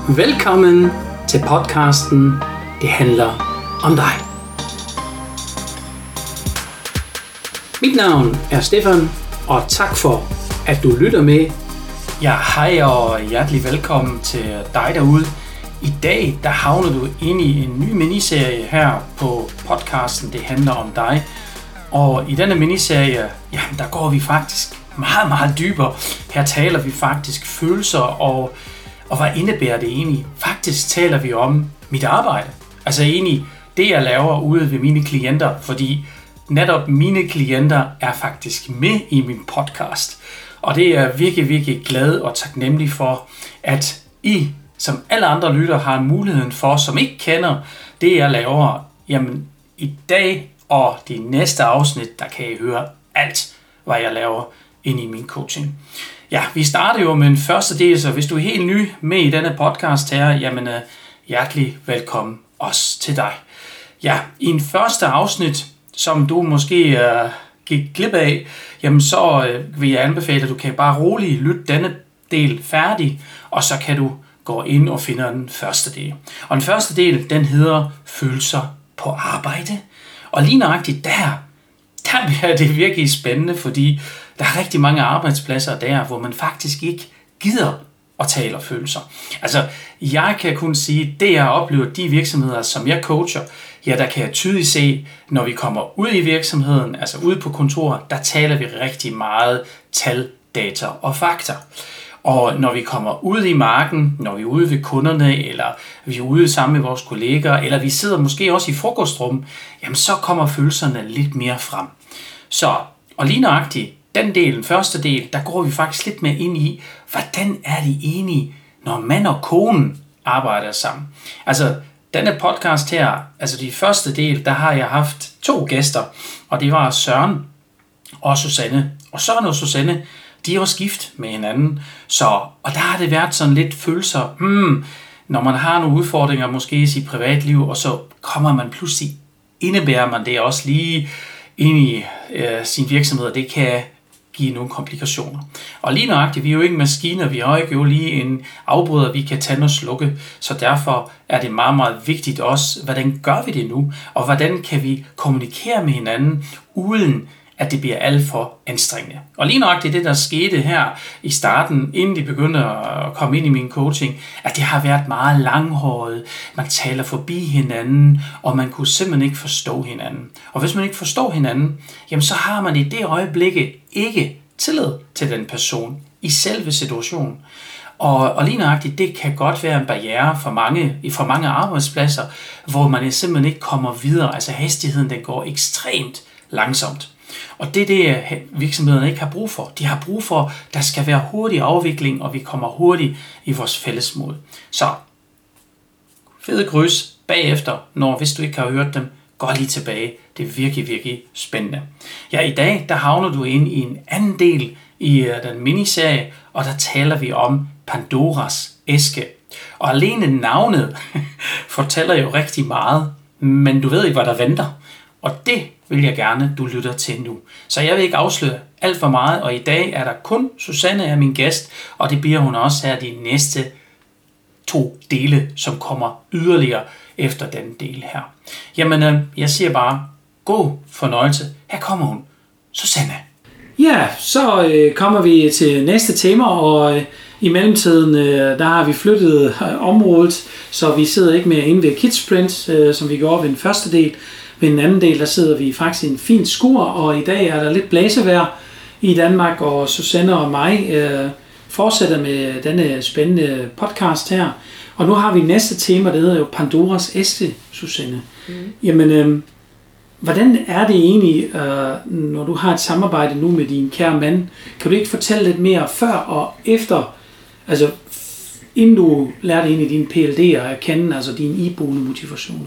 Velkommen til podcasten Det handler om dig. Mit navn er Stefan, og tak for, at du lytter med. Ja, hej og hjertelig velkommen til dig derude. I dag der havner du ind i en ny miniserie her på podcasten Det handler om dig. Og i denne miniserie, jamen, der går vi faktisk meget, meget dybere. Her taler vi faktisk følelser og hvad indebærer det egentlig? Faktisk taler vi om mit arbejde. Altså egentlig det, jeg laver ude ved mine klienter, fordi netop mine klienter er faktisk med i min podcast. Og det er jeg virkelig, virkelig glad og taknemmelig for, at I, som alle andre lyttere, har muligheden for, som ikke kender det, jeg laver. Jamen, i dag og de næste afsnit, der kan I høre alt, hvad jeg laver ind i min coaching. Ja, vi starter jo med en første del, så hvis du er helt ny med i denne podcast her, jamen hjertelig velkommen også til dig. Ja, i en første afsnit, som du måske gik glip af, jamen så vil jeg anbefale, at du kan bare roligt lytte denne del færdig, og så kan du gå ind og finde den første del. Og den første del, den hedder følelser på arbejde. Og lige nøjagtigt der bliver det virkelig spændende, fordi der er rigtig mange arbejdspladser der, hvor man faktisk ikke gider at tale om følelser. Altså, jeg kan kun sige, det jeg oplever, de virksomheder, som jeg coacher, ja, der kan jeg tydeligt se, når vi kommer ud i virksomheden, altså ude på kontoret, der taler vi rigtig meget tal, data og fakta. Og når vi kommer ud i marken, når vi er ude ved kunderne, eller vi er ude sammen med vores kolleger, eller vi sidder måske også i frokostrum, jamen så kommer følelserne lidt mere frem. Så, og lige nøjagtigt, den første del, der går vi faktisk lidt mere ind i, hvordan er det egentlig, når mand og kone arbejder sammen. Altså, denne podcast her, altså de første del, der har jeg haft 2 gæster, og det var Søren og Susanne. Og Søren og Susanne, de er også gift med hinanden, og der har det været sådan lidt følelser, når man har nogle udfordringer måske i sit privatliv, og så kommer man pludselig, indebærer man det også lige ind i sin virksomhed, og det kan give nogle komplikationer. Og lige nøjagtigt, vi er jo ikke maskiner, vi har ikke jo lige en afbryder, vi kan tænde og slukke, så derfor er det meget, meget vigtigt også, hvordan gør vi det nu, og hvordan kan vi kommunikere med hinanden, uden at det bliver alt for anstrengende. Og lige nøjagtigt det, der skete her i starten, inden de begyndte at komme ind i min coaching, at det har været meget langhåret, man taler forbi hinanden, og man kunne simpelthen ikke forstå hinanden. Og hvis man ikke forstår hinanden, jamen så har man i det øjeblik ikke tillid til den person i selve situationen. Og lige nøjagtigt, det kan godt være en barriere for mange arbejdspladser, hvor man simpelthen ikke kommer videre. Altså hastigheden, den går ekstremt langsomt. Og det er det, virksomhederne ikke har brug for. De har brug for, at der skal være hurtig afvikling, og vi kommer hurtigt i vores fælles mål. Så fede kryds bagefter, hvis du ikke har hørt dem, gå lige tilbage. Det er virkelig, virkelig spændende. Ja, i dag der havner du ind i en anden del i den miniserie, og der taler vi om Pandoras æske. Og alene navnet fortæller jo rigtig meget, men du ved ikke, hvad der venter. Og det vil jeg gerne, du lytter til nu. Så jeg vil ikke afsløre alt for meget, og i dag er der kun Susanne er min gæst, og det bliver hun også her de næste 2 dele, som kommer yderligere efter den del her. Jamen, jeg siger bare, god fornøjelse. Her kommer hun, Susanne. Ja, så kommer vi til næste tema, og i mellemtiden, der har vi flyttet området, så vi sidder ikke mere inde ved Kidsprint, som vi gjorde ved den første del. Ved den anden del, der sidder vi faktisk i en fin skur, og i dag er der lidt blæsevejr i Danmark, og Susanne og mig fortsætter med denne spændende podcast her. Og nu har vi næste tema, der hedder jo Pandoras æske, Susanne. Jamen, hvordan er det egentlig, når du har et samarbejde nu med din kære mand? Kan du ikke fortælle lidt mere før og efter, altså inden du lærte egentlig dine PLD'er at kende, altså dine iboende motivationer?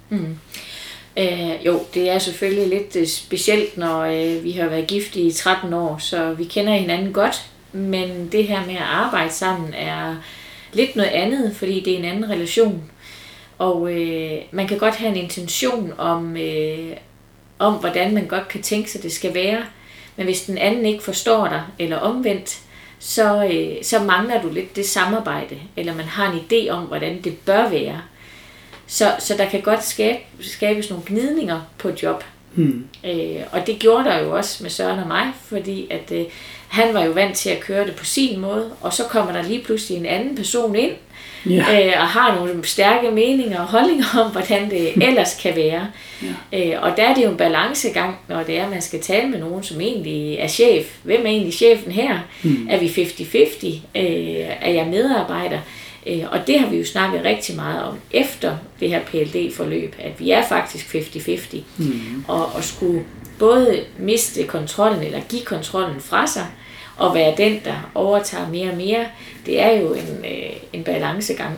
Jo, det er selvfølgelig lidt specielt, når vi har været gift i 13 år, så vi kender hinanden godt, men det her med at arbejde sammen er lidt noget andet, fordi det er en anden relation. Og man kan godt have en intention om, hvordan man godt kan tænke sig, det skal være, men hvis den anden ikke forstår dig, eller omvendt, så mangler du lidt det samarbejde, eller man har en idé om, hvordan det bør være. Så der kan godt skabes nogle gnidninger på et job. Og det gjorde der jo også med Søren og mig, fordi at han var jo vant til at køre det på sin måde, og så kommer der lige pludselig en anden person ind, og har nogle stærke meninger og holdninger om, hvordan det ellers kan være. Og der er det jo en balancegang, når det er, at man skal tale med nogen, som egentlig er chef. Hvem er egentlig chefen her? Er vi 50-50? Er jeg medarbejder? Og det har vi jo snakket rigtig meget om efter det her PLD-forløb, at vi er faktisk 50-50. Og skulle både miste kontrollen eller give kontrollen fra sig, og være den, der overtager mere og mere, det er jo en balancegang.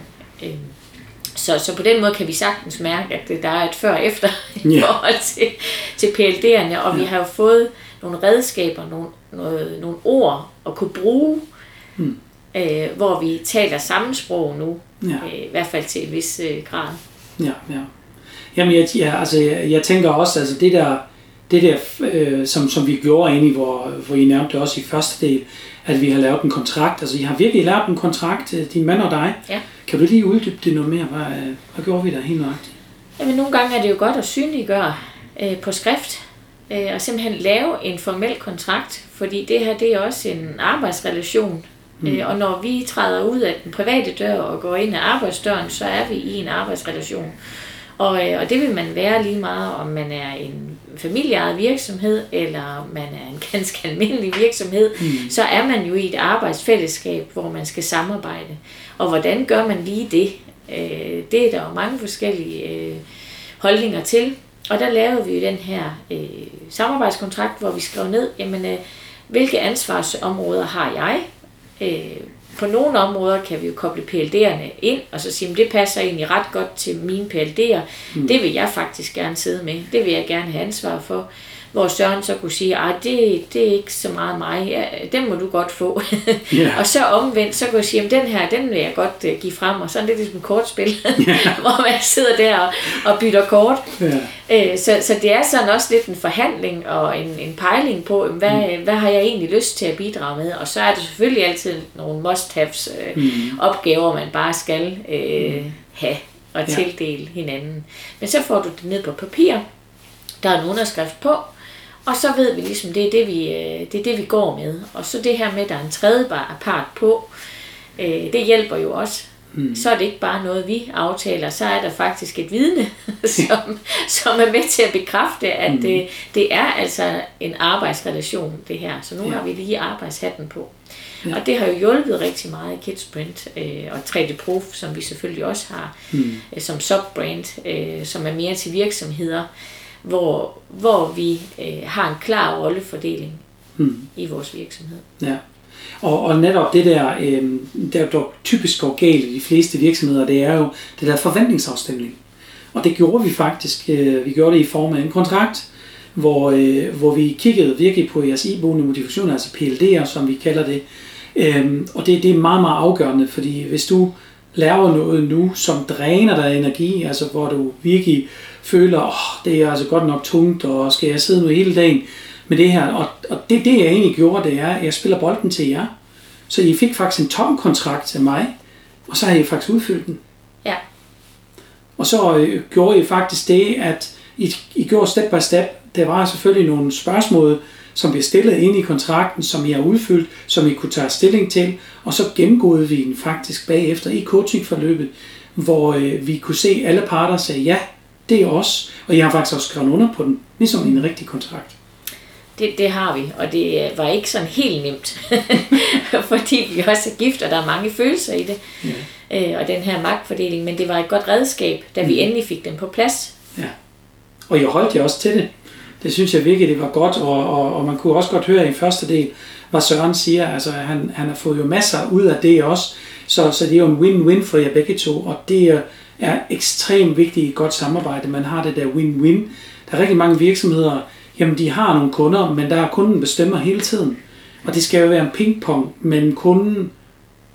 Så på den måde kan vi sagtens mærke, at der er et før og efter i forhold til PLD'erne, og vi har jo fået nogle redskaber, nogle ord at kunne bruge, hvor vi taler samme sprog nu, i hvert fald til en vis grad. Jamen, jeg tænker også, altså det der som vi gjorde inde i, hvor I nævnte også i første del, at vi har lavet en kontrakt. Altså, I har virkelig lavet en kontrakt, din mand og dig. Ja. Kan du lige uddybe det noget mere? Hvad gjorde vi der helt nøjagtigt? Jamen, nogle gange er det jo godt at synliggøre på skrift, og simpelthen lave en formel kontrakt, fordi det her, det er også en arbejdsrelation. Og når vi træder ud af den private dør og går ind ad arbejdsdøren, så er vi i en arbejdsrelation. Og det vil man være lige meget, om man er en familieejet virksomhed, eller man er en ganske almindelig virksomhed, så er man jo i et arbejdsfællesskab, hvor man skal samarbejde. Og hvordan gør man lige det? Det er der jo mange forskellige holdninger til. Og der lavede vi jo den her samarbejdskontrakt, hvor vi skrev ned, jamen, hvilke ansvarsområder har jeg? På nogle områder kan vi jo koble PLD'erne ind, og så sige, at det passer egentlig ret godt til mine PLD'er. Det vil jeg faktisk gerne sidde med. Det vil jeg gerne have ansvar for. Hvor Søren så kunne sige, at det er ikke så meget mig. Den må du godt få. Og så omvendt, så kunne jeg sige, at den her, den vil jeg godt give frem. Og sådan lidt ligesom et kortspil, hvor man sidder der og bytter kort. Så det er sådan også lidt en forhandling og en pejling på, hvad har jeg egentlig lyst til at bidrage med. Og så er der selvfølgelig altid nogle must-haves opgaver, man bare skal have og tildele hinanden. Men så får du det ned på papir. Der er en underskrift på, og så ved vi ligesom, det er det, vi går med. Og så det her med, at der er en tredje part på, det hjælper jo også. Så er det ikke bare noget, vi aftaler, så er der faktisk et vidne, som er med til at bekræfte, at det er altså en arbejdsrelation, det her. Så nu har vi lige arbejdshatten på. Og det har jo hjulpet rigtig meget i Kidsprint og 3D Proof, som vi selvfølgelig også har som subbrand, som er mere til virksomheder, hvor vi har en klar rollefordeling i vores virksomhed. Ja. Og netop det der typisk går galt i de fleste virksomheder, det er jo det der forventningsafstemning. Og det gjorde vi faktisk. Vi gjorde det i form af en kontrakt, hvor vi kiggede virkelig på jeres iboende motivation, altså PLD'er, som vi kalder det. Og det er meget, meget afgørende, fordi hvis du laver noget nu, som dræner dig energi, altså hvor du virkelig føler, det er altså godt nok tungt, og skal jeg sidde nu hele dagen med det her. Og det jeg egentlig gjorde, det er, at jeg spiller bolden til jer. Så I fik faktisk en tom kontrakt til mig, og så har I faktisk udfyldt den. Ja. Og så gjorde I faktisk det, at I gjorde step by step. Der var selvfølgelig nogle spørgsmål, som bliver stillet ind i kontrakten, som I har udfyldt, som I kunne tage stilling til, og så gennemgåede vi den faktisk bagefter i coachingforløbet, hvor vi kunne se, at alle parter sagde, ja, det er os, og jeg har faktisk også skrevet under på den, ligesom en rigtig kontrakt. Det har vi, og det var ikke sådan helt nemt, fordi vi også er gift, og der er mange følelser i det, og den her magtfordeling, men det var et godt redskab, da vi endelig fik den på plads. Ja, og jeg holdt jer også til det. Det synes jeg virkelig, det var godt, og man kunne også godt høre i første del, hvad Søren siger, altså han har fået jo masser ud af det også, så det er jo en win-win for jer begge to, og det er ekstremt vigtigt i et godt samarbejde, man har det der win-win. Der er rigtig mange virksomheder, jamen de har nogle kunder, men der er kunden bestemmer hele tiden, og det skal jo være en pingpong mellem kunden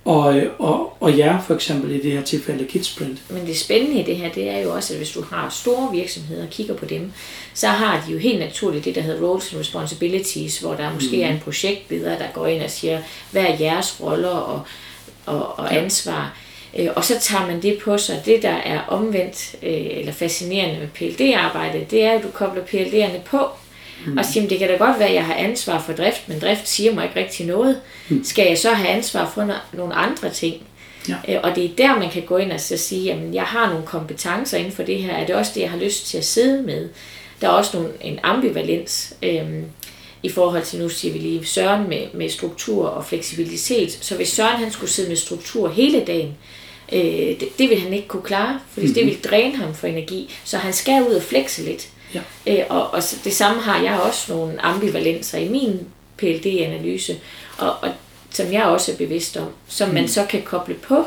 og jer for eksempel i det her tilfælde Kidsprint. Men det spændende i det her, det er jo også, at hvis du har store virksomheder og kigger på dem, så har de jo helt naturligt det, der hedder roles and responsibilities, hvor der måske er en projektleder, der går ind og siger, hvad er jeres roller og ansvar. Og så tager man det på sig. Det, der er omvendt eller fascinerende med PLD-arbejdet, det er, at du kobler PLD'erne på, og siger, det kan da godt være, at jeg har ansvar for drift, men drift siger mig ikke rigtig noget. Skal jeg så have ansvar for nogle andre ting? Ja. Og det er der, man kan gå ind og så sige, jamen, jeg har nogle kompetencer inden for det her. Er det også det, jeg har lyst til at sidde med? Der er også en ambivalens i forhold til, nu siger vi lige, Søren med struktur og fleksibilitet. Så hvis Søren han skulle sidde med struktur hele dagen, det vil han ikke kunne klare, fordi det vil dræne ham for energi. Så han skal ud og flexe lidt. Ja. Og det samme har jeg også nogle ambivalenser i min PLD-analyse, og som jeg også er bevidst om, som man så kan koble på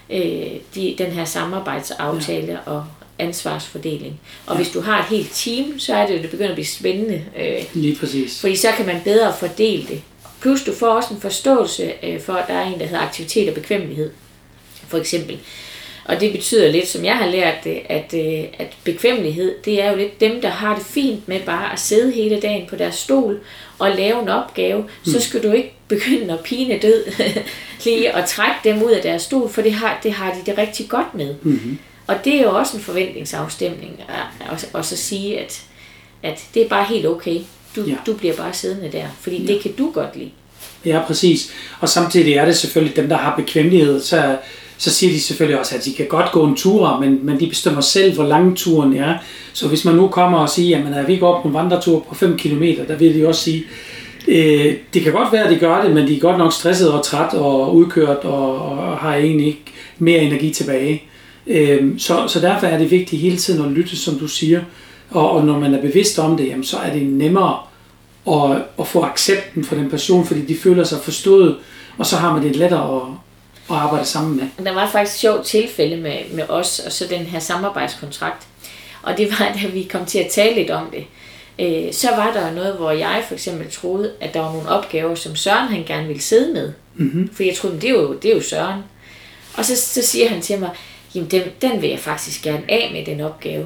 den her samarbejdsaftale og ansvarsfordeling. Og hvis du har et helt team, så er det begynder at blive spændende. Lige præcis. Fordi så kan man bedre fordele det. Plus du får også en forståelse for, at der er en, der hedder aktivitet og bekvemmelighed, for eksempel. Og det betyder lidt, som jeg har lært det, at bekvemmelighed, det er jo lidt dem, der har det fint med bare at sidde hele dagen på deres stol og lave en opgave. Så skal du ikke begynde at pine død lige og trække dem ud af deres stol, for det har de det rigtig godt med. Og det er jo også en forventningsafstemning, og så sige, at det er bare helt okay. Du bliver bare siddende der, fordi det kan du godt lide. Ja, præcis. Og samtidig er det selvfølgelig dem, der har bekvemmelighed, så siger de selvfølgelig også, at de kan godt gå en tur, men de bestemmer selv, hvor lang turen er. Så hvis man nu kommer og siger, jamen vi går op på en vandretur på 5 km, der vil de også sige, det kan godt være, at de gør det, men de er godt nok stresset og træt og udkørt og har egentlig ikke mere energi tilbage. Så derfor er det vigtigt hele tiden at lytte, som du siger, og når man er bevidst om det, jamen, så er det nemmere at få accepten for den person, fordi de føler sig forstået, og så har man det lettere at arbejde sammen med. Der var faktisk et sjovt tilfælde med os, og så den her samarbejdskontrakt. Og det var, da vi kom til at tale lidt om det. Så var der noget, hvor jeg for eksempel troede, at der var nogle opgaver, som Søren han gerne ville sidde med. For jeg troede, det er jo Søren. Og så siger han til mig, jamen den vil jeg faktisk gerne af med, den opgave.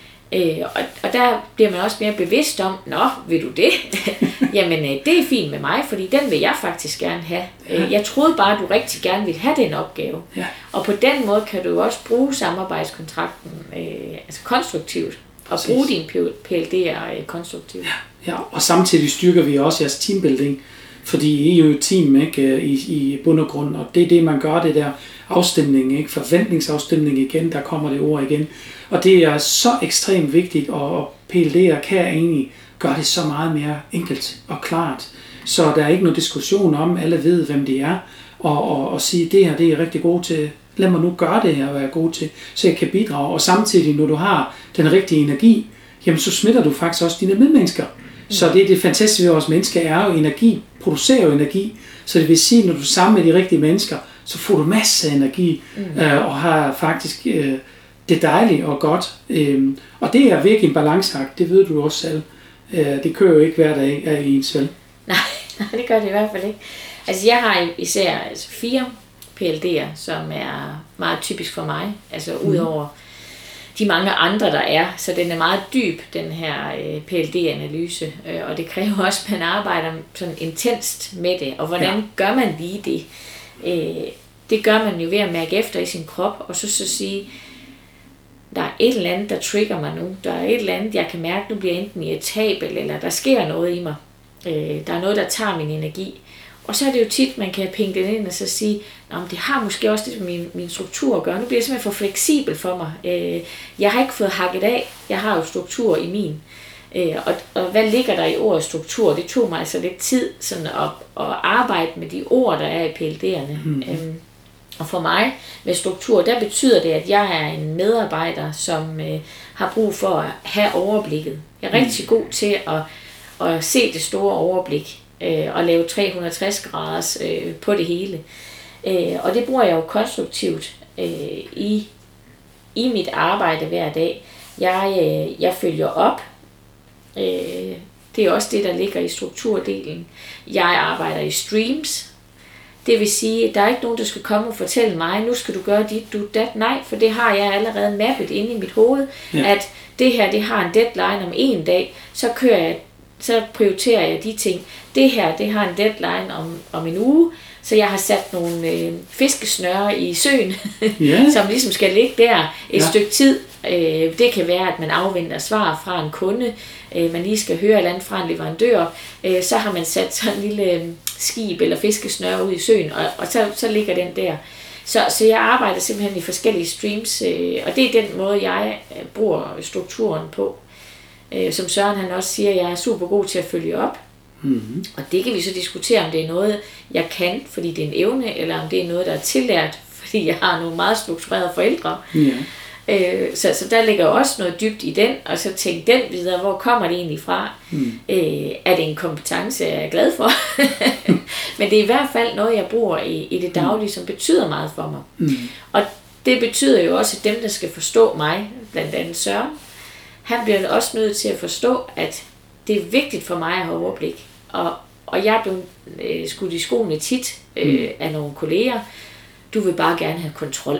Og der bliver man også mere bevidst om, vil du det? Jamen det er fint med mig, fordi den vil jeg faktisk gerne have. Jeg troede bare, at du rigtig gerne ville have den opgave. Ja. Og på den måde kan du også bruge samarbejdskontrakten konstruktivt, og bruge dine PLD'er konstruktivt. Ja, og samtidig styrker vi også jeres teambuilding, fordi I er jo et team, ikke, i bund og grund, og det er det, man gør, det der afstemning, ikke? Forventningsafstemning igen, der kommer det ord igen. Og det er så ekstremt vigtigt, og PLD'er kan egentlig gøre det så meget mere enkelt og klart. Så der er ikke nogen diskussion om, alle ved, hvem de er, og sige, det her, det er rigtig god til, lad mig nu gøre det her, og være god til, så jeg kan bidrage. Og samtidig, når du har den rigtige energi, jamen så smitter du faktisk også dine medmennesker. Så det fantastiske ved vores mennesker er jo energi, producerer jo energi, så det vil sige, når du er sammen med de rigtige mennesker, så får du masser af energi, og har faktisk det dejligt og godt. Og det er virkelig en balanceakt, det ved du også selv. Det kører jo ikke hver dag af ens vel. Nej, det gør det i hvert fald ikke. Altså jeg har især 4 PLD'er, som er meget typisk for mig, altså udover de mange andre, der er, så den er meget dyb, den her PLD-analyse, og det kræver også, at man arbejder sådan intenst med det, og hvordan gør man lige det? Det gør man jo ved at mærke efter i sin krop, og så sige, der er et eller andet, der trigger mig nu, der er et eller andet, jeg kan mærke, nu bliver enten irritabel, eller der sker noget i mig, der er noget, der tager min energi. Og så er det jo tit, man kan pinge det ind og så sige, det har måske også det med min struktur at gøre. Nu bliver det simpelthen for fleksibel for mig. Jeg har ikke fået hakket af. Jeg har jo struktur i min. Og hvad ligger der i ordet struktur? Det tog mig altså lidt tid sådan at arbejde med de ord, der er i PLD'erne. Og for mig med struktur, der betyder det, at jeg er en medarbejder, som har brug for at have overblikket. Jeg er rigtig god til at se det store overblik og lave 360 graders på det hele. Og det bruger jeg jo konstruktivt i mit arbejde hver dag. Jeg følger op. Det er også det, der ligger i strukturdelen. Jeg arbejder i streams. Det vil sige, at der er ikke nogen, der skal komme og fortælle mig, nu skal du gøre dit, du dat. Nej, for det har jeg allerede mappet inde i mit hoved, at det her, det har en deadline om 1 dag, så prioriterer jeg de ting. Det her, det har en deadline om 1 uge, så jeg har sat nogle fiskesnører i søen, som ligesom skal ligge der et stykke tid. Det kan være, at man afventer svar fra en kunde, man lige skal høre et eller andet fra en leverandør, så har man sat sådan en lille skib eller fiskesnøre ud i søen, og så ligger den der. Så jeg arbejder simpelthen i forskellige streams, og det er den måde, jeg bruger strukturen på. Som Søren han også siger, jeg er super god til at følge op. Mm-hmm. Og det kan vi så diskutere, om det er noget, jeg kan, fordi det er en evne, eller om det er noget, der er tillært, fordi jeg har nogle meget strukturerede forældre. Yeah. Så der ligger også noget dybt i den, og så tænke den videre, hvor kommer det egentlig fra? Er det en kompetence, jeg er glad for? Men det er i hvert fald noget, jeg bruger i det daglige, som betyder meget for mig. Og det betyder jo også, at dem, der skal forstå mig, blandt andet Søren, han bliver også nødt til at forstå, at det er vigtigt for mig at have overblik. Og jeg er blevet skudt i skoene tit af nogle kolleger. Du vil bare gerne have kontrol.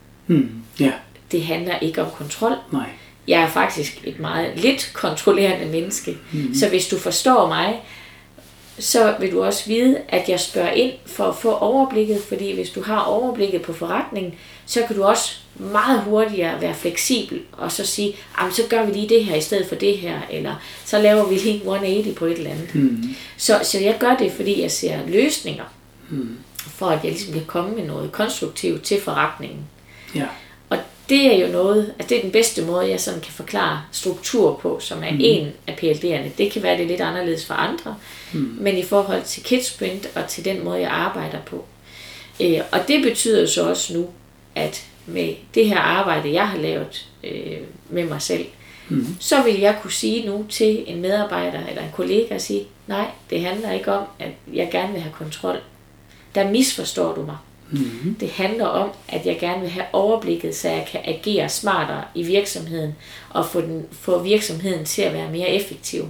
Det handler ikke om kontrol. Nej. Jeg er faktisk et meget lidt kontrollerende menneske. Så hvis du forstår mig, så vil du også vide, at jeg spørger ind for at få overblikket. Fordi hvis du har overblikket på forretningen, så kan du også meget hurtigere være fleksibel og så sige, så gør vi lige det her i stedet for det her, eller så laver vi lige 180 på et eller andet. Så jeg gør det, fordi jeg ser løsninger, for at jeg ligesom kan komme med noget konstruktivt til forretningen. Ja. Og det er jo noget, det er den bedste måde, jeg sådan kan forklare struktur på, som er en af PLD'erne. Det kan være det lidt anderledes for andre, men i forhold til Kidsprint og til den måde, jeg arbejder på. Og det betyder så også nu, at med det her arbejde, jeg har lavet med mig selv, så vil jeg kunne sige nu til en medarbejder eller en kollega og sige, nej, det handler ikke om, at jeg gerne vil have kontrol. Der misforstår du mig. Det handler om, at jeg gerne vil have overblikket, så jeg kan agere smartere i virksomheden og få virksomheden til at være mere effektiv.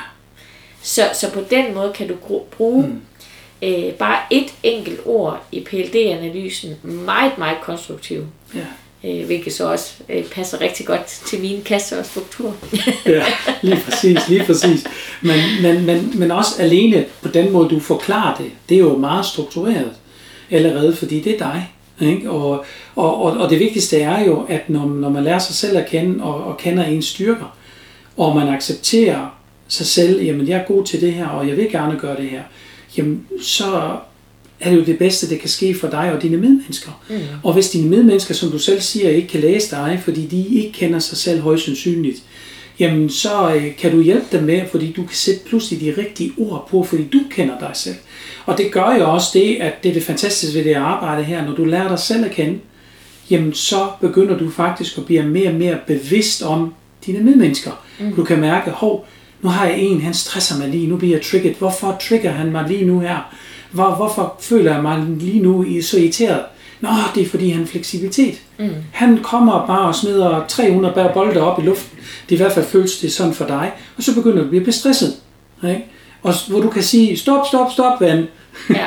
Så på den måde kan du bruge bare et enkelt ord i PLD-analysen, meget, meget konstruktiv. Hvilket så også passer rigtig godt til mine kasser og struktur. Ja, lige præcis. Men også alene på den måde, du forklarer det, det er jo meget struktureret allerede, fordi det er dig. Ikke? Og det vigtigste er jo, at når man lærer sig selv at kende og kender ens styrker, og man accepterer sig selv, jamen jeg er god til det her, og jeg vil gerne gøre det her, jamen så er det jo det bedste, det kan ske for dig og dine medmennesker. Og hvis dine medmennesker, som du selv siger, ikke kan læse dig, fordi de ikke kender sig selv højst sandsynligt, jamen så kan du hjælpe dem med, fordi du kan sætte pludselig de rigtige ord på, fordi du kender dig selv. Og det gør jo også det, at det er det fantastiske ved det arbejde her, når du lærer dig selv at kende, jamen så begynder du faktisk at blive mere og mere bevidst om dine medmennesker. Du kan mærke, nu har jeg en, han stresser mig lige, nu bliver jeg trigget. Hvorfor trigger han mig lige nu her? Hvorfor føler jeg mig lige nu så irriteret? Det er fordi han har fleksibilitet. Han kommer bare og smider 300 bolde op i luften. Det er i hvert fald føles det sådan for dig. Og så begynder du at blive bestresset. Ikke? Og hvor du kan sige, stop, ven. Ja.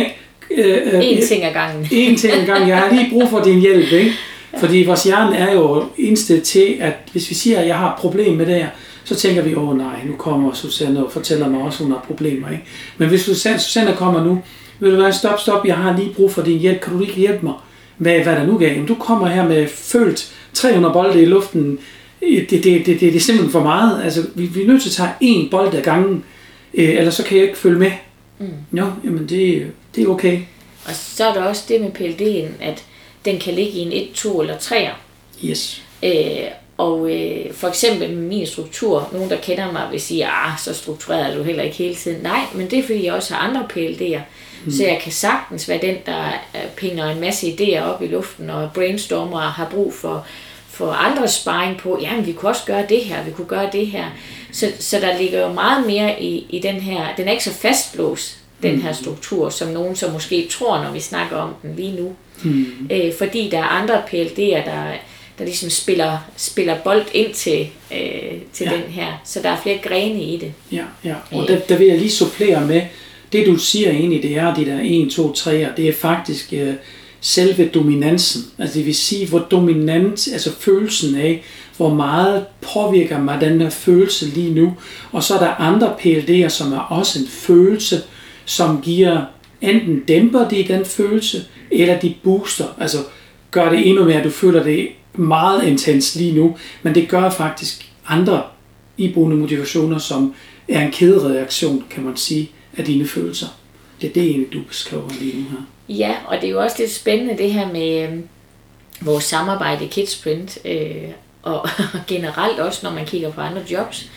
En ting ad gangen. En ting ad gangen. Jeg har lige brug for din hjælp. Ikke? Fordi vores hjerne er jo indstillet til, at hvis vi siger, at jeg har et problem med det her, så tænker vi, nej, nu kommer Susanne og fortæller mig også, at hun har problemer. Ikke? Men hvis Susanne kommer nu, vil du være, stop, jeg har lige brug for din hjælp, kan du ikke hjælpe mig med, hvad der nu gav? Jamen, du kommer her med følt 300 bolde i luften, det er simpelthen for meget. Altså, vi er nødt til at tage en bold ad gangen, ellers så kan jeg ikke følge med. Jamen det er okay. Og så er der også det med PLD'en, at den kan ligge i en 1, 2 eller 3'er. Yes. Og for eksempel med min struktur, nogen der kender mig vil sige, så struktureret er du heller ikke hele tiden. Nej, men det er fordi jeg også har andre PLD'er. Så jeg kan sagtens være den, der pinger en masse idéer op i luften og brainstormer og har brug for andres sparring på, jamen vi kunne også gøre det her, vi kunne gøre det her. Så der ligger jo meget mere i den her, den er ikke så fastblåst, den her struktur, som nogen så måske tror, når vi snakker om den lige nu. Fordi der er andre PLD'er, der ligesom spiller bold ind til den her, så der er flere grene i det. Ja. Og der vil jeg lige supplere med, det du siger egentlig, det er de der 1, 2, 3'er, det er faktisk selve dominansen. Altså det vil sige, hvor dominant, altså følelsen af, hvor meget påvirker mig den her følelse lige nu. Og så er der andre PLD'er, som er også en følelse, som giver, enten dæmper de den følelse, eller de booster, altså gør det endnu mere, du føler det meget intens lige nu, men det gør faktisk andre iboende motivationer, som er en kædereaktion, kan man sige, af dine følelser. Det er det egentlig, du beskriver lige nu her. Ja, og det er jo også lidt spændende det her med vores samarbejde i Kidsprint, og generelt også, når man kigger på andre jobs.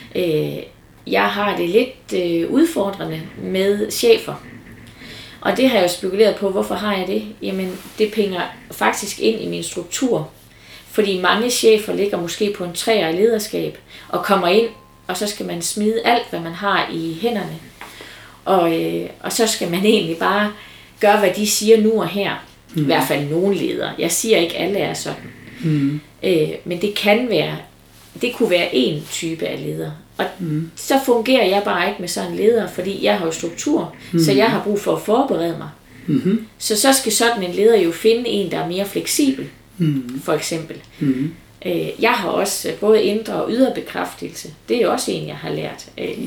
Jeg har det lidt udfordrende med chefer. Og det har jeg jo spekuleret på, hvorfor har jeg det? Jamen, det penger faktisk ind i min struktur. Fordi mange chefer ligger måske på en 3'er i lederskab, og kommer ind, og så skal man smide alt, hvad man har i hænderne. Og så skal man egentlig bare gøre, hvad de siger nu og her. I hvert fald nogle ledere. Jeg siger ikke, alle er sådan. Men det kunne være en type af leder. Og så fungerer jeg bare ikke med sådan en leder, fordi jeg har jo struktur, så jeg har brug for at forberede mig. Så skal sådan en leder jo finde en, der er mere fleksibel, for eksempel. Jeg har også både indre og ydre bekræftelse. Det er også en, jeg har lært,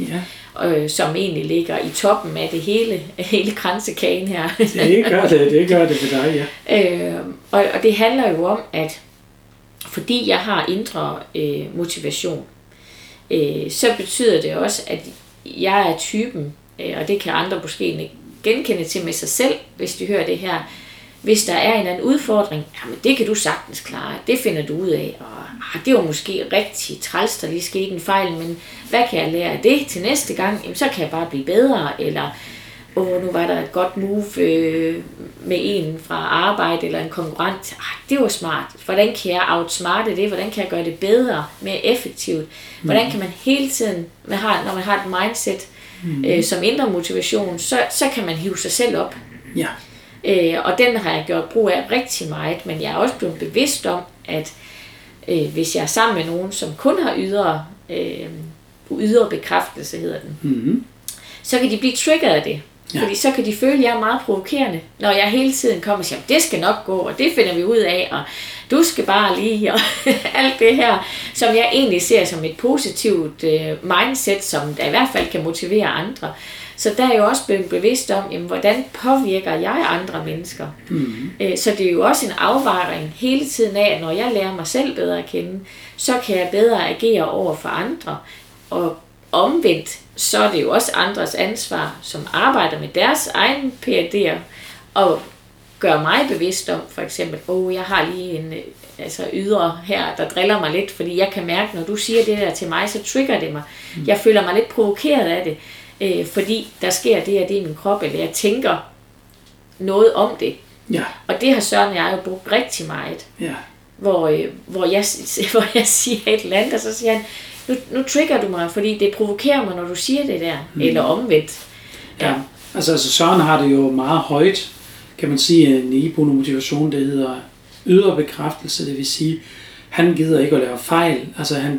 som egentlig ligger i toppen af det hele kransekagen her. Det gør det for dig, ja. Og det handler jo om, at fordi jeg har indre motivation, så betyder det også, at jeg er typen, og det kan andre måske genkende til med sig selv, hvis de hører det her. Hvis der er en anden udfordring, jamen det kan du sagtens klare, det finder du ud af, og det var måske rigtig træls, der lige skete en fejl, men hvad kan jeg lære af det til næste gang? Jamen så kan jeg bare blive bedre, eller nu var der et godt move med en fra arbejde eller en konkurrent. Det var smart. Hvordan kan jeg outsmarte det? Hvordan kan jeg gøre det bedre, mere effektivt? Hvordan kan man hele tiden, når man har et mindset som indre motivation, så kan man hive sig selv op. Ja. Og den har jeg gjort brug af rigtig meget, men jeg er også blevet bevidst om, at hvis jeg er sammen med nogen, som kun har ydre bekræftelse, hedder den, så kan de blive triggeret af det. Ja. Fordi så kan de føle, at jeg er meget provokerende, når jeg hele tiden kommer og siger, det skal nok gå, og det finder vi ud af, og du skal bare lige, og alt det her, som jeg egentlig ser som et positivt mindset, som der i hvert fald kan motivere andre. Så der er jo også blevet bevidst om, jamen, hvordan påvirker jeg andre mennesker. Så det er jo også en afvejning hele tiden af, at når jeg lærer mig selv bedre at kende, så kan jeg bedre agere over for andre. Og omvendt, så er det jo også andres ansvar, som arbejder med deres egen PhD'er, og gør mig bevidst om, for eksempel, jeg har lige en ydre her, der driller mig lidt, fordi jeg kan mærke, når du siger det der til mig, så trigger det mig. Jeg føler mig lidt provokeret af det. Fordi der sker det og det i min krop, eller jeg tænker noget om det. Ja. Og det har Søren og jeg jo brugt rigtig meget. Ja. Hvor jeg siger et eller andet, og så siger han, nu trigger du mig, fordi det provokerer mig, når du siger det der. Eller omvendt. Ja. Altså Søren har det jo meget højt, kan man sige, en iboende motivation, det hedder ydre bekræftelse, det vil sige, han gider ikke at lave fejl, altså han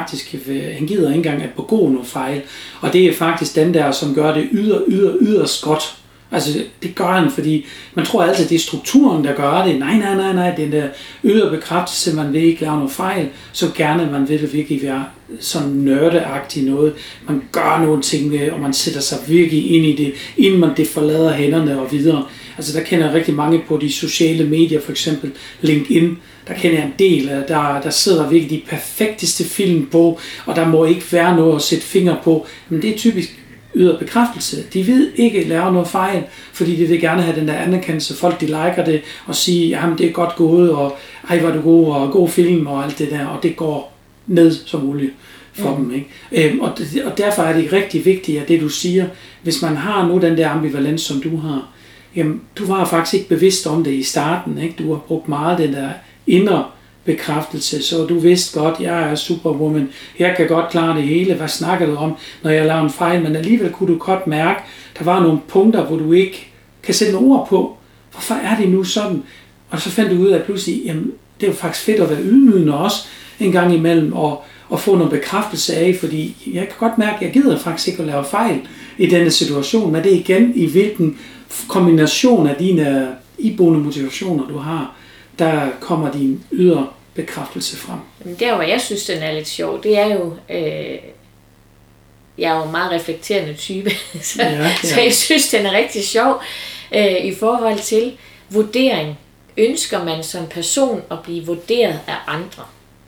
gider ikke engang at begå noget fejl, og det er faktisk den der, som gør det yderst godt. Altså det gør han, fordi man tror altid, det er strukturen, der gør det. Nej, den der ydre bekræftelse, man vil ikke lave noget fejl, så gerne man vil det virkelig være sådan nørdeagtigt noget. Man gør nogle ting med, og man sætter sig virkelig ind i det, inden man det forlader hænderne og videre. Altså der kender jeg rigtig mange på de sociale medier, for eksempel LinkedIn. Der kender jeg en del, der sidder virkelig de perfekteste film på, og der må ikke være noget at sætte fingre på. Men det er typisk ydre bekræftelse. De ved ikke lave noget fejl, fordi de vil gerne have den der anerkendelse. Folk de liker det og siger, jamen det er godt gået, og ej var du god, og god film og alt det der, og det går ned som olie for dem. Ikke? Og derfor er det rigtig vigtigt, at det du siger, hvis man har nu den der ambivalens, som du har, jamen du var faktisk ikke bevidst om det i starten, ikke? Du har brugt meget den der indre bekræftelse, så du vidste godt, jeg er superwoman, jeg kan godt klare det hele, hvad snakker du om, når jeg laver en fejl, men alligevel kunne du godt mærke, der var nogle punkter, hvor du ikke kan sætte nogle ord på, hvorfor er det nu sådan, og så fandt du ud af pludselig, jamen det er jo faktisk fedt at være ydmygende også, en gang imellem, og få noget bekræftelse af, fordi jeg kan godt mærke, at jeg gider faktisk ikke at lave fejl, i denne situation, men det er igen i hvilken kombination af dine iboende motivationer, du har, der kommer din ydre bekræftelse frem. Der, hvor jeg synes, den er lidt sjov, det er jo, jeg er jo en meget reflekterende type, så jeg synes, den er rigtig sjov i forhold til vurdering. Ønsker man som person at blive vurderet af andre?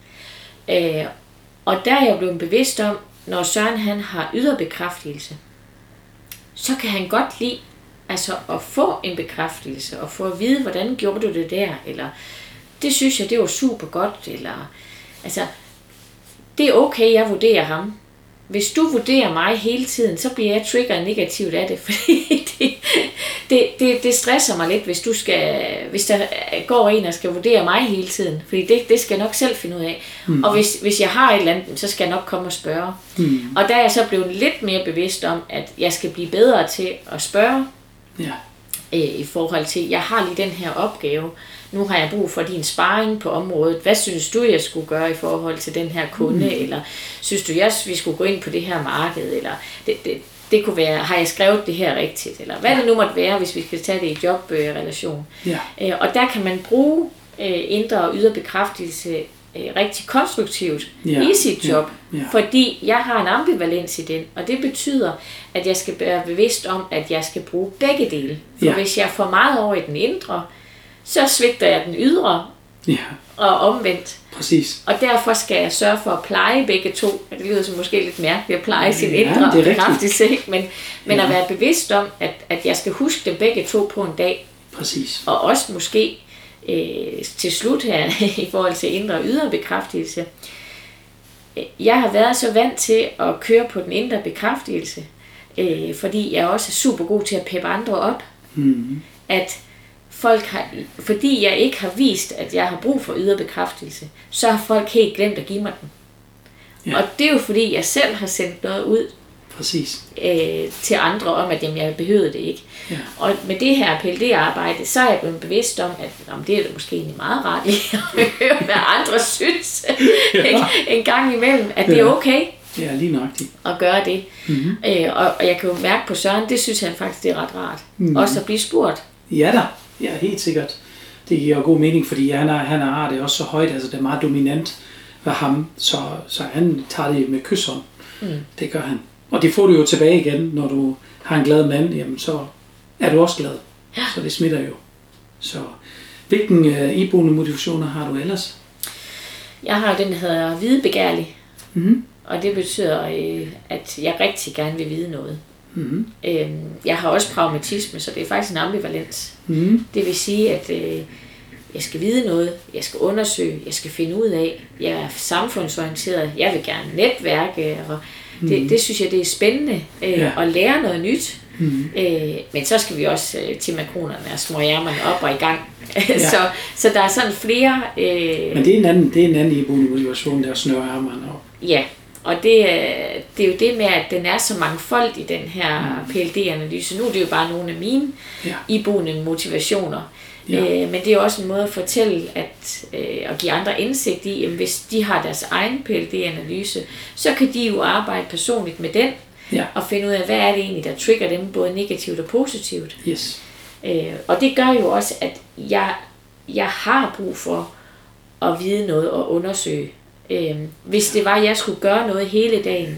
Og der er jeg blevet bevidst om, når Søren han har ydre bekræftelse, så kan han godt lide altså at få en bekræftelse, og få at vide, hvordan gjorde du det der, eller det synes jeg, det var super godt, eller altså, det er okay, jeg vurderer ham. Hvis du vurderer mig hele tiden, så bliver jeg triggeret negativt af det, fordi det stresser mig lidt, hvis der går en, der skal vurdere mig hele tiden, fordi det skal jeg nok selv finde ud af. Og hvis jeg har et eller andet, så skal jeg nok komme og spørge. Og der er jeg så blevet lidt mere bevidst om, at jeg skal blive bedre til at spørge, i forhold til, jeg har lige den her opgave, nu har jeg brug for din sparring på området. Hvad synes du, jeg skulle gøre i forhold til den her kunde? Eller synes du, vi skulle gå ind på det her marked? Eller det kunne være, har jeg skrevet det her rigtigt? Eller hvad det nu måtte være, hvis vi skal tage det i jobrelation. Og der kan man bruge indre og ydre bekræftelse rigtig konstruktivt i sit job. Fordi jeg har en ambivalens i den, og det betyder, at jeg skal være bevidst om, at jeg skal bruge begge dele. For hvis jeg får meget over i den indre, så svigter jeg den ydre, og omvendt. Præcis. Og derfor skal jeg sørge for at pleje begge to. Det lyder så måske lidt mærkeligt at pleje sin indre og bekræftelse, men at være bevidst om, at jeg skal huske dem begge to på en dag. Præcis. Og også måske til slut her, i forhold til indre og ydre bekræftelse. Jeg har været så vant til at køre på den indre bekræftelse, fordi jeg også er super god til at peppe andre op. At fordi jeg ikke har vist, at jeg har brug for ydre bekræftelse, så har folk helt glemt at give mig den. Og det er jo fordi, jeg selv har sendt noget ud til andre om, at jamen, jeg behøvede det ikke. Og med det her PLD-arbejde, så er jeg blevet bevidst om, at det er da måske egentlig meget rart at høre, hvad andre synes en gang imellem, at det er okay. Ja, lige nøjagtigt. At gøre det. Og jeg kan jo mærke på Søren, det synes han faktisk, det er ret rart. Også at blive spurgt. Ja da, helt sikkert. Det giver god mening, fordi han har det også så højt, altså det er meget dominant ved ham, så han tager det med kyshånd. Det gør han. Og det får du jo tilbage igen, når du har en glad mand, jamen så er du også glad. Så det smitter jo. Så hvilken iboende motivationer har du ellers? Jeg har den, der hedder videbegærlig. Og det betyder, at jeg rigtig gerne vil vide noget. Jeg har også pragmatisme, så det er faktisk en ambivalens. Det vil sige, at jeg skal vide noget, jeg skal undersøge, jeg skal finde ud af, jeg er samfundsorienteret, jeg vil gerne netværke, og det synes jeg, det er spændende at lære noget nyt. Men så skal vi også til makronerne og smøre ærmerne op og i gang. Så der er sådan flere... Men det er en anden iboende motivation, der er at snøre ærmerne op. Ja. Og det er jo det med, at den er så mangfoldig, den her PLD-analyse. Nu er det jo bare nogle af mine iboende motivationer. Men det er også en måde at fortælle, at give andre indsigt i, at hvis de har deres egen PLD-analyse, så kan de jo arbejde personligt med den, og finde ud af, hvad er det egentlig, der trigger dem, både negativt og positivt. Og det gør jo også, at jeg har brug for at vide noget og undersøge. Hvis det var, at jeg skulle gøre noget hele dagen,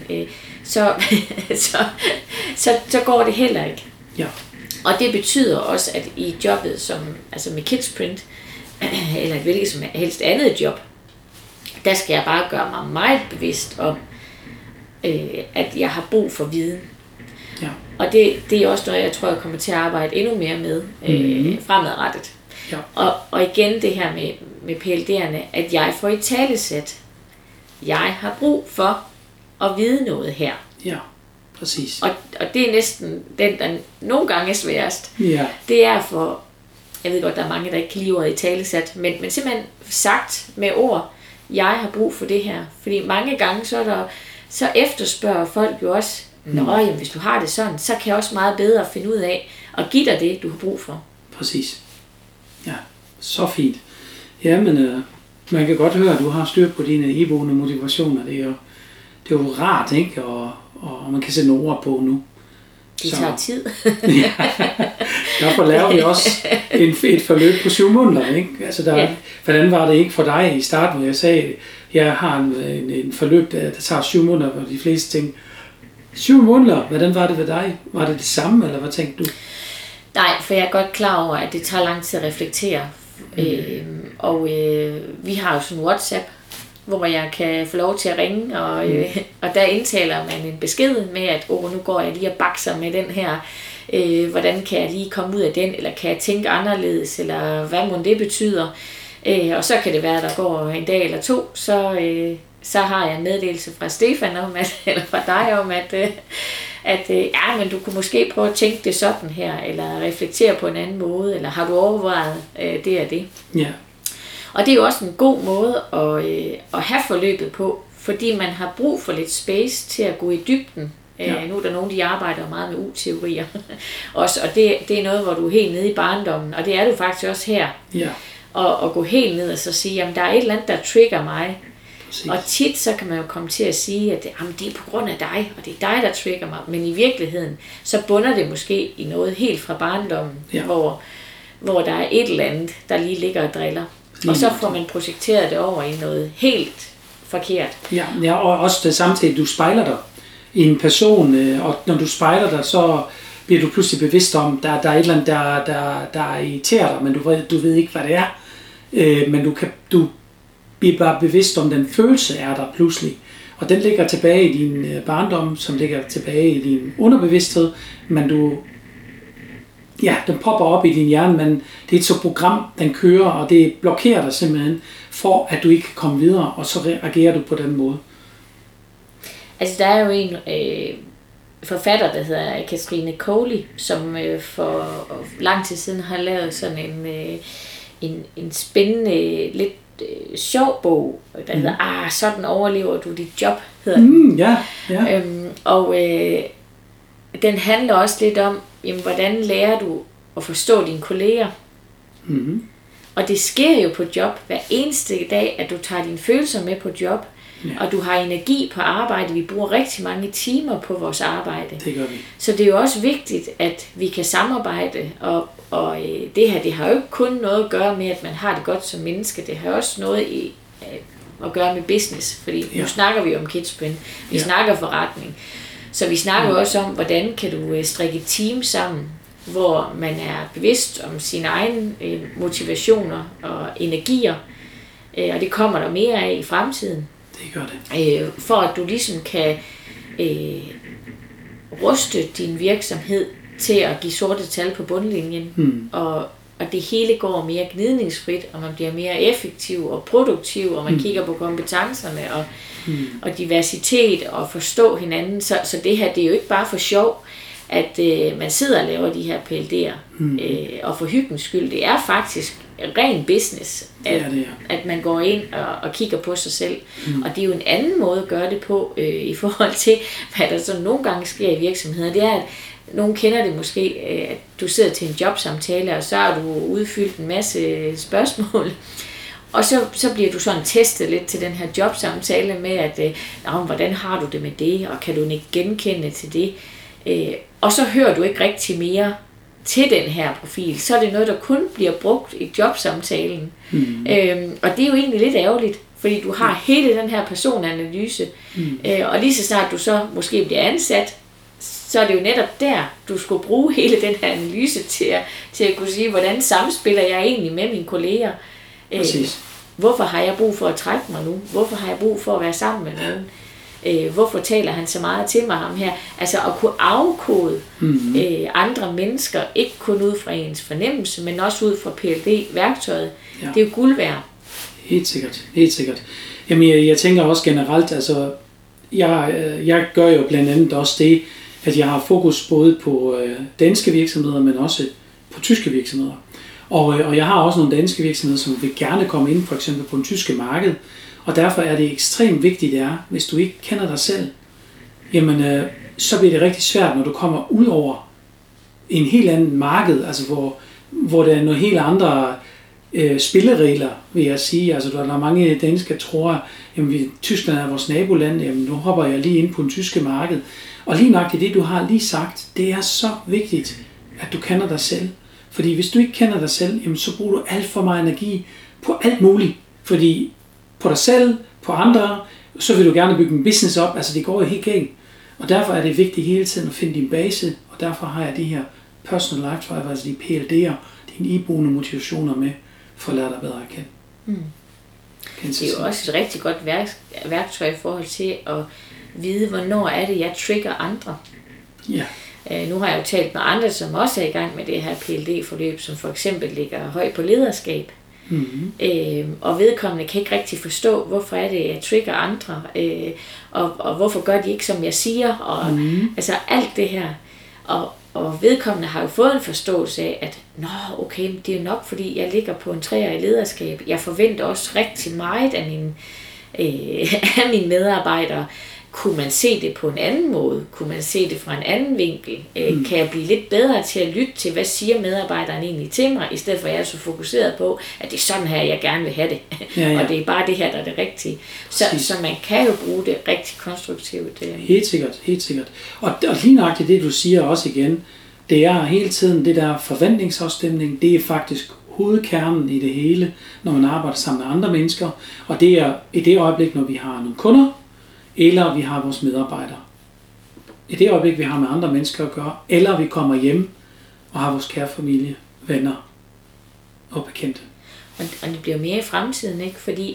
så går det heller ikke. Og det betyder også, at i jobbet altså med Kidsprint, eller et hvilket som helst andet job, der skal jeg bare gøre mig meget bevidst om, at jeg har brug for viden. Og det er også noget, jeg tror, jeg kommer til at arbejde endnu mere med fremadrettet. Og igen det her med PLD'erne, at jeg får i talesæt, jeg har brug for at vide noget her. Præcis. Og det er næsten den, der nogle gange er sværest. Det er for, jeg ved godt, der er mange, der ikke kan lide ordet i talesæt, men simpelthen sagt med ord, jeg har brug for det her. Fordi mange gange, så efterspørger folk jo også, jamen, hvis du har det sådan, så kan jeg også meget bedre finde ud af at give dig det, du har brug for. Præcis. Ja, så fint. Jamen, man kan godt høre, at du har styr på dine iboende motivationer. Det er jo rart, ikke? Og man kan sætte nogle ord på nu. Det tager tid. Ja, derfor laver vi også et forløb på 7 måneder. Ikke? Altså hvordan var det ikke for dig i starten, hvor jeg sagde, jeg har en forløb, der tager 7 måneder, hvor de fleste tænker, 7 måneder, hvordan var det ved dig? Var det tænkte eller hvad tænkte du? Nej, for jeg er godt klar over, at det tager lang tid at reflektere. Vi har jo sådan en WhatsApp, hvor jeg kan få lov til at ringe, og der indtaler man en besked med, at nu går jeg lige og bakser med den her. Hvordan kan jeg lige komme ud af den, eller kan jeg tænke anderledes, eller hvad må det betyder. Og så kan det være, at der går en dag eller 2, så har jeg en meddelelse fra Stefan om, eller fra dig om, at men du kunne måske prøve at tænke det sådan her, eller reflektere på en anden måde, eller har du overvejet det og det. Ja. Og det er jo også en god måde at have forløbet på, fordi man har brug for lidt space til at gå i dybden. Ja. Nu er der nogen, de arbejder meget med U-teorier også, og det er noget, hvor du er helt nede i barndommen, og det er du faktisk også her. Ja. Og gå helt ned og så sige, jamen der er et eller andet, der trigger mig. Præcis. Og tit så kan man jo komme til at sige, at jamen, det er på grund af dig, og det er dig, der trigger mig. Men i virkeligheden, så bunder det måske i noget helt fra barndommen, hvor der er et eller andet, der lige ligger og driller. Og så får man projekteret det over i noget helt forkert. Ja, og også det samtidig, du spejler dig i en person, og når du spejler dig, så bliver du pludselig bevidst om, der er et eller andet, der irriterer dig, men du ved ikke, hvad det er. Men du bliver bare bevidst om, den følelse er der pludselig. Og den ligger tilbage i din barndom, som ligger tilbage i din underbevidsthed, men den popper op i din hjerne, men det er et så program, den kører, og det blokerer dig simpelthen, for at du ikke kan komme videre, og så reagerer du på den måde. Altså, der er jo en forfatter, der hedder Katrine Cowley, som for lang tid siden har lavet sådan en spændende, lidt sjov bog, der hedder, sådan overlever du dit job, hedder den. Den handler også lidt om, jamen, hvordan lærer du at forstå dine kolleger. Mm-hmm. Og det sker jo på job hver eneste dag, at du tager dine følelser med på job, og du har energi på arbejde. Vi bruger rigtig mange timer på vores arbejde. Det gør vi. Så det er jo også vigtigt, at vi kan samarbejde, og det her, det har jo ikke kun noget at gøre med, at man har det godt som menneske. Det har også noget at gøre med business, fordi nu snakker vi om Kidsprint. Vi snakker forretning. Så vi snakker også om, hvordan kan du strikke et team sammen, hvor man er bevidst om sine egne motivationer og energier, og det kommer der mere af i fremtiden. Det gør det. For at du ligesom kan ruste din virksomhed til at give sorte tal på bundlinjen, og det hele går mere gnidningsfrit, og man bliver mere effektiv og produktiv, og man kigger på kompetencerne og diversitet og forstå hinanden. Så det her, det er jo ikke bare for sjov, at man sidder og laver de her PLD'er og for hyggens skyld. Det er faktisk ren business, at man går ind og kigger på sig selv. Og det er jo en anden måde at gøre det på i forhold til, hvad der så nogle gange sker i virksomheder. Det er, at nogen kender det måske, at du sidder til en jobsamtale, og så har du udfyldt en masse spørgsmål. Og så bliver du sådan testet lidt til den her jobsamtale med, at hvordan har du det med det, og kan du ikke genkende til det? Og så hører du ikke rigtig mere til den her profil. Så er det noget, der kun bliver brugt i jobsamtalen. Og det er jo egentlig lidt ærgerligt, fordi du har hele den her personanalyse, og lige så snart du så måske bliver ansat, så er det jo netop der, du skulle bruge hele den her analyse til at kunne sige, hvordan samspiller jeg egentlig med mine kolleger. Hvorfor har jeg brug for at trække mig nu? Hvorfor har jeg brug for at være sammen med nogen? Hvorfor taler han så meget til mig, ham her? Altså at kunne afkode andre mennesker, ikke kun ud fra ens fornemmelse, men også ud fra PLD-værktøjet. Det er jo guld værd. Helt sikkert. Jamen, jeg tænker også generelt, altså, jeg gør jo blandt andet også det, at jeg har fokus både på danske virksomheder, men også på tyske virksomheder. Og jeg har også nogle danske virksomheder, som vil gerne komme ind, for eksempel på den tyske marked. Og derfor er det ekstremt vigtigt, hvis du ikke kender dig selv, jamen, så bliver det rigtig svært, når du kommer ud over en helt anden marked, altså hvor der er nogle helt andre spilleregler, vil jeg sige. Altså, der er mange danskere, tror, jamen, Tyskland er vores naboland, jamen, nu hopper jeg lige ind på den tyske marked. Og lige nok det, du har lige sagt, det er så vigtigt, at du kender dig selv. Fordi hvis du ikke kender dig selv, jamen, så bruger du alt for meget energi på alt muligt. Fordi på dig selv, på andre, så vil du gerne bygge en business op. Altså, det går jo helt galt. Og derfor er det vigtigt hele tiden at finde din base, og derfor har jeg de her personal life driver, altså de PLD'er, dine iboende motivationer med, for at lære dig bedre at kende. Det er jo også et rigtig godt værktøj i forhold til at vide, hvornår er det, jeg trigger andre. Ja. Nu har jeg jo talt med andre, som også er i gang med det her PLD-forløb, som for eksempel ligger højt på lederskab. Og vedkommende kan ikke rigtig forstå, hvorfor er det, jeg trigger andre, og hvorfor gør de ikke, som jeg siger, og altså alt det her. Og vedkommende har jo fået en forståelse af, at okay, det er nok, fordi jeg ligger på en 3'er i lederskab. Jeg forventer også rigtig meget af mine medarbejdere. Kunne man se det på en anden måde? Kunne man se det fra en anden vinkel? Kan jeg blive lidt bedre til at lytte til, hvad siger medarbejderen egentlig til mig, i stedet for at jeg er så fokuseret på, at det er sådan her, jeg gerne vil have det. Ja. Og det er bare det her, der er det rigtige. Så man kan jo bruge det rigtig konstruktivt. Helt sikkert. Og lige nøjagtigt det, du siger også igen, det er hele tiden det der forventningsafstemning, det er faktisk hovedkernen i det hele, når man arbejder sammen med andre mennesker. Og det er i det øjeblik, når vi har nogle kunder, eller vi har vores medarbejdere. I det øjeblik, vi har med andre mennesker at gøre, eller vi kommer hjem og har vores kære familie, venner og bekendte. Og det bliver mere i fremtiden, ikke? Fordi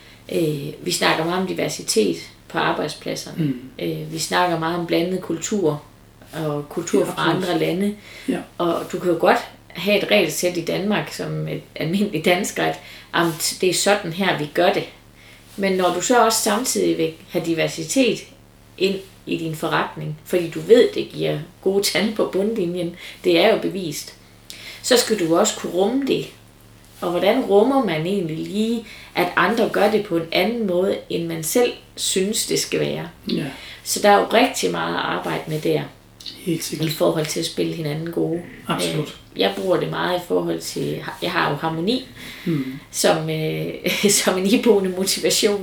vi snakker meget om diversitet på arbejdspladserne. Vi snakker meget om blandet kultur og kultur fra andre lande. Ja. Og du kan jo godt have et regelsæt i Danmark som et almindeligt dansker, at det er sådan her, vi gør det. Men når du så også samtidig vil have diversitet ind i din forretning, fordi du ved, det giver gode tal på bundlinjen, det er jo bevist, så skal du også kunne rumme det. Og hvordan rummer man egentlig lige, at andre gør det på en anden måde, end man selv synes, det skal være? Ja. Så der er jo rigtig meget at arbejde med der. Helt sikkert. I forhold til at spille hinanden gode. Absolut. Jeg bruger det meget i forhold til, jeg har jo harmoni som en iboende motivation.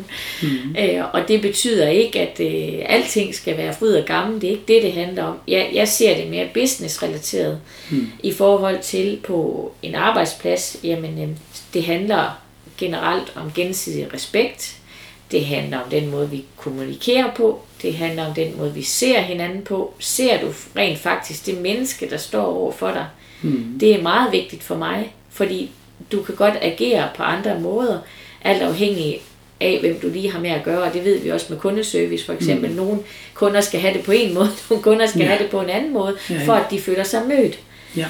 Og det betyder ikke, at alting skal være fryd og gammel. Det er ikke det handler om. Jeg ser det mere business-relateret i forhold til på en arbejdsplads. Jamen, det handler generelt om gensidig respekt. Det handler om den måde, vi kommunikerer på. Det handler om den måde, vi ser hinanden på. Ser du rent faktisk det menneske, der står over for dig? Det er meget vigtigt for mig, fordi du kan godt agere på andre måder, alt afhængig af, hvem du lige har med at gøre. Og det ved vi også med kundeservice, for eksempel. Nogle kunder skal have det på en måde, nogle kunder skal have det på en anden måde, for at de føler sig mødt. Ja.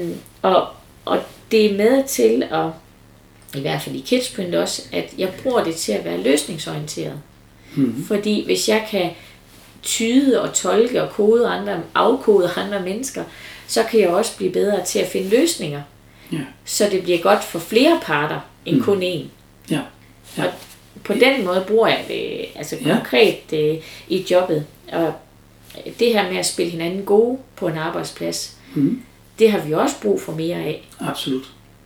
Og det er med til at, i hvert fald i Kidsprint også, at jeg bruger det til at være løsningsorienteret. Fordi hvis jeg kan tyde og tolke og afkode andre mennesker, så kan jeg også blive bedre til at finde løsninger. Ja. Så det bliver godt for flere parter end kun én. Ja. Ja. Og på den måde bruger jeg det altså konkret i jobbet. Og det her med at spille hinanden gode på en arbejdsplads, det har vi også brug for mere af. Absolut.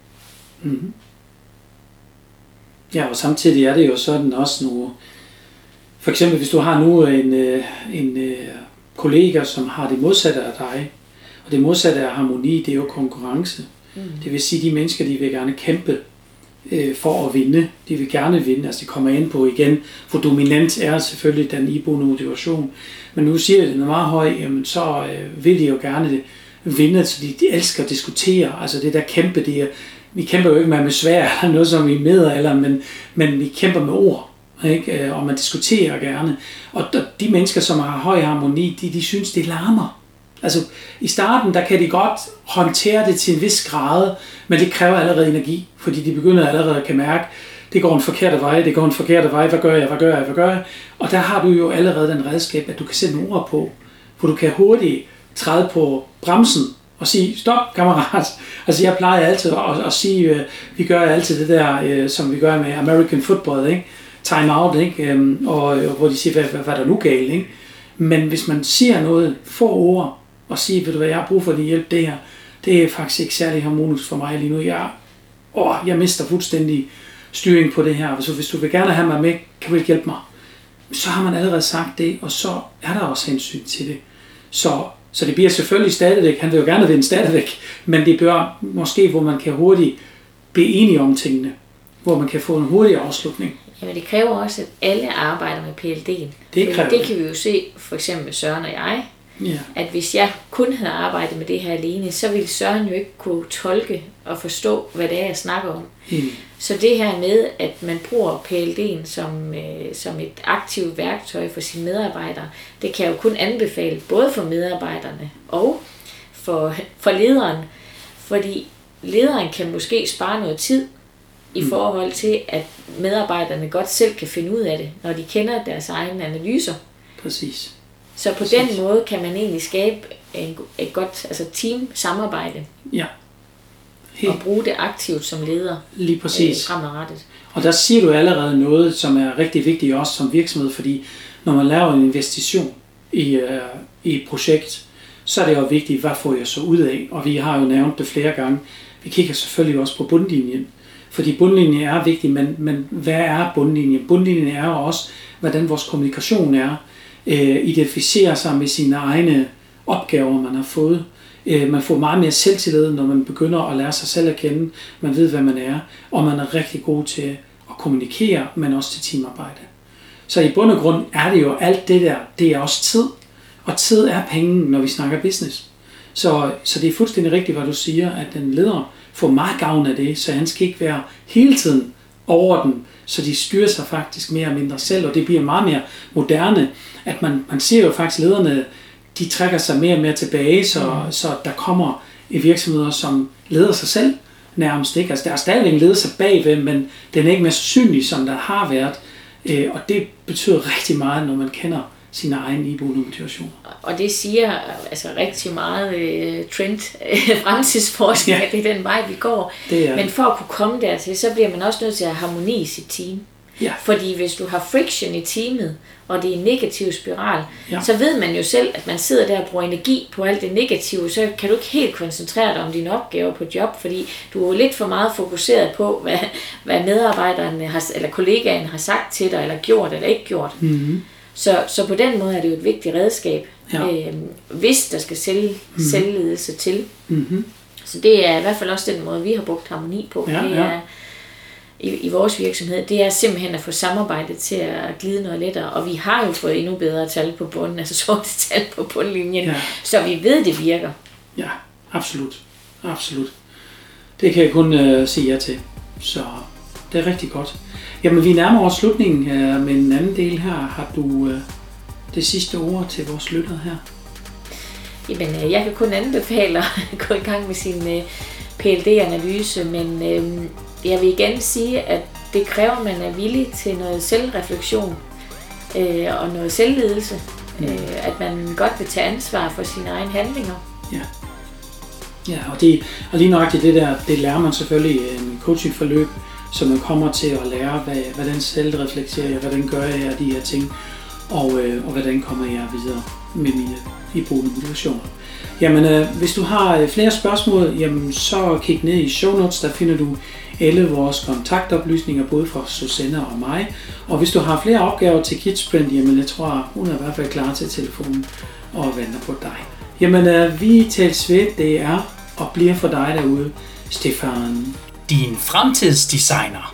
Ja, og samtidig er det jo sådan også nogle. For eksempel, hvis du har nu en kollega, som har det modsatte af dig, og det modsatte af harmoni, det er jo konkurrence. Det vil sige, at de mennesker, de vil gerne kæmpe for at vinde. De vil gerne vinde, altså de kommer ind på igen, for dominant er selvfølgelig den iboende motivation. Men nu siger jeg, at den er meget høj, jamen så vil de jo gerne vinde, så de elsker at diskutere, altså det der kæmpe, vi kæmper jo ikke med sværd eller noget som i middelalder, men vi kæmper med ord. Ikke? Og man diskuterer gerne. Og de mennesker, som har høj harmoni, de synes, det larmer. Altså, i starten, der kan de godt håndtere det til en vis grad, men det kræver allerede energi, fordi de begynder allerede at kan mærke, det går en forkert vej, hvad gør jeg? Og der har du jo allerede den redskab, at du kan sætte nogle ord på, hvor du kan hurtigt træde på bremsen og sige, stop kammerat. Altså, jeg plejer altid at sige, vi gør altid det der, som vi gør med American football, ikke? Time out, ikke? Og hvor de siger, hvad er der nu galt, ikke? Men hvis man siger noget, få ord, og siger, ved du hvad, jeg har brug for din hjælp, det her, det er faktisk ikke særlig harmonisk for mig lige nu. Jeg jeg mister fuldstændig styring på det her, så hvis du vil gerne have mig med, kan du ikke hjælpe mig? Så har man allerede sagt det, og så er der også hensyn til det. Så det bliver selvfølgelig stadigvæk, han vil jo gerne vinde stadigvæk, men det bør måske, hvor man kan hurtigt blive enige om tingene, hvor man kan få en hurtig afslutning. Jamen det kræver også, at alle arbejder med PLD'en. Det kan vi jo se, for eksempel med Søren og jeg, at hvis jeg kun havde arbejdet med det her alene, så ville Søren jo ikke kunne tolke og forstå, hvad det er, jeg snakker om. Så det her med, at man bruger PLD'en som et aktivt værktøj for sine medarbejdere, det kan jeg jo kun anbefale, både for medarbejderne og for lederen. Fordi lederen kan måske spare noget tid i forhold til, at medarbejderne godt selv kan finde ud af det, når de kender deres egne analyser. Præcis. Så på den måde kan man egentlig skabe et godt team-samarbejde. Ja. Og bruge det aktivt som leder. Lige præcis. Fremadrettet. Og der siger du allerede noget, som er rigtig vigtigt også som virksomhed, fordi når man laver en investation i et projekt, så er det jo vigtigt, hvad får jeg så ud af? Og vi har jo nævnt det flere gange. Vi kigger selvfølgelig også på bundlinjen. Fordi bundlinjen er vigtig, men hvad er bundlinjen? Bundlinjen er jo også, hvordan vores kommunikation er. Identificere sig med sine egne opgaver, man har fået. Man får meget mere selvtillid, når man begynder at lære sig selv at kende. Man ved, hvad man er, og man er rigtig god til at kommunikere, men også til teamarbejde. Så i bund og grund er det jo alt det der, det er også tid. Og tid er penge, når vi snakker business. Så det er fuldstændig rigtigt, hvad du siger, at den leder får meget gavn af det, så han skal ikke være hele tiden over den, så de styrer sig faktisk mere og mindre selv, og det bliver meget mere moderne, at man ser jo faktisk lederne, de trækker sig mere og mere tilbage, så der kommer virksomheder, som leder sig selv nærmest ikke. Altså der er stadigvæk en ledelse bagved, men den er ikke mere synlig, som der har været, og det betyder rigtig meget, når man kender sine egne iboende motivationer. Og det siger rigtig meget fremtidsforskning, at det er den vej, vi går. Men for at kunne komme dertil, så bliver man også nødt til at have harmoni i sit team. Ja. Fordi hvis du har friction i teamet, og det er en negativ spiral, så ved man jo selv, at man sidder der og bruger energi på alt det negative, så kan du ikke helt koncentrere dig om dine opgaver på job, fordi du er lidt for meget fokuseret på, hvad medarbejderne eller kollegaen har sagt til dig, eller gjort eller ikke gjort. Mm-hmm. Så på den måde er det jo et vigtigt redskab, hvis der skal selvledelse til. Mm-hmm. Så det er i hvert fald også den måde, vi har brugt harmoni på. Det er i vores virksomhed, det er simpelthen at få samarbejdet til at glide noget lettere, og vi har jo fået endnu bedre tal på bunden, altså sorte tal på bundlinjen, så vi ved, det virker. Ja, absolut. Det kan jeg kun sige ja til, så det er rigtig godt. Jamen, vi nærmer os slutningen med en anden del her. Har du det sidste ord til vores lyttere her? Jamen, jeg kan kun anbefale at gå i gang med sin PLD-analyse, men jeg vil igen sige, at det kræver, at man er villig til noget selvreflektion og noget selvledelse. At man godt vil tage ansvar for sine egne handlinger. Ja, og lige nøjagtigt det der, det lærer man selvfølgelig i en coachingforløb, så man kommer til at lære, hvordan selvreflekterer jeg, hvordan gør jeg de her ting, og hvordan kommer jeg videre med mine iboende motivationer. Jamen, hvis du har flere spørgsmål, jamen, så kig ned i show notes, der finder du alle vores kontaktoplysninger, både fra Susanne og mig. Og hvis du har flere opgaver til Kidsprint, jamen jeg tror, hun er i hvert fald klar til telefonen og venter på dig. Jamen, vi tales ved, det er og bliver for dig derude, Stefan. Din fremtidsdesigner.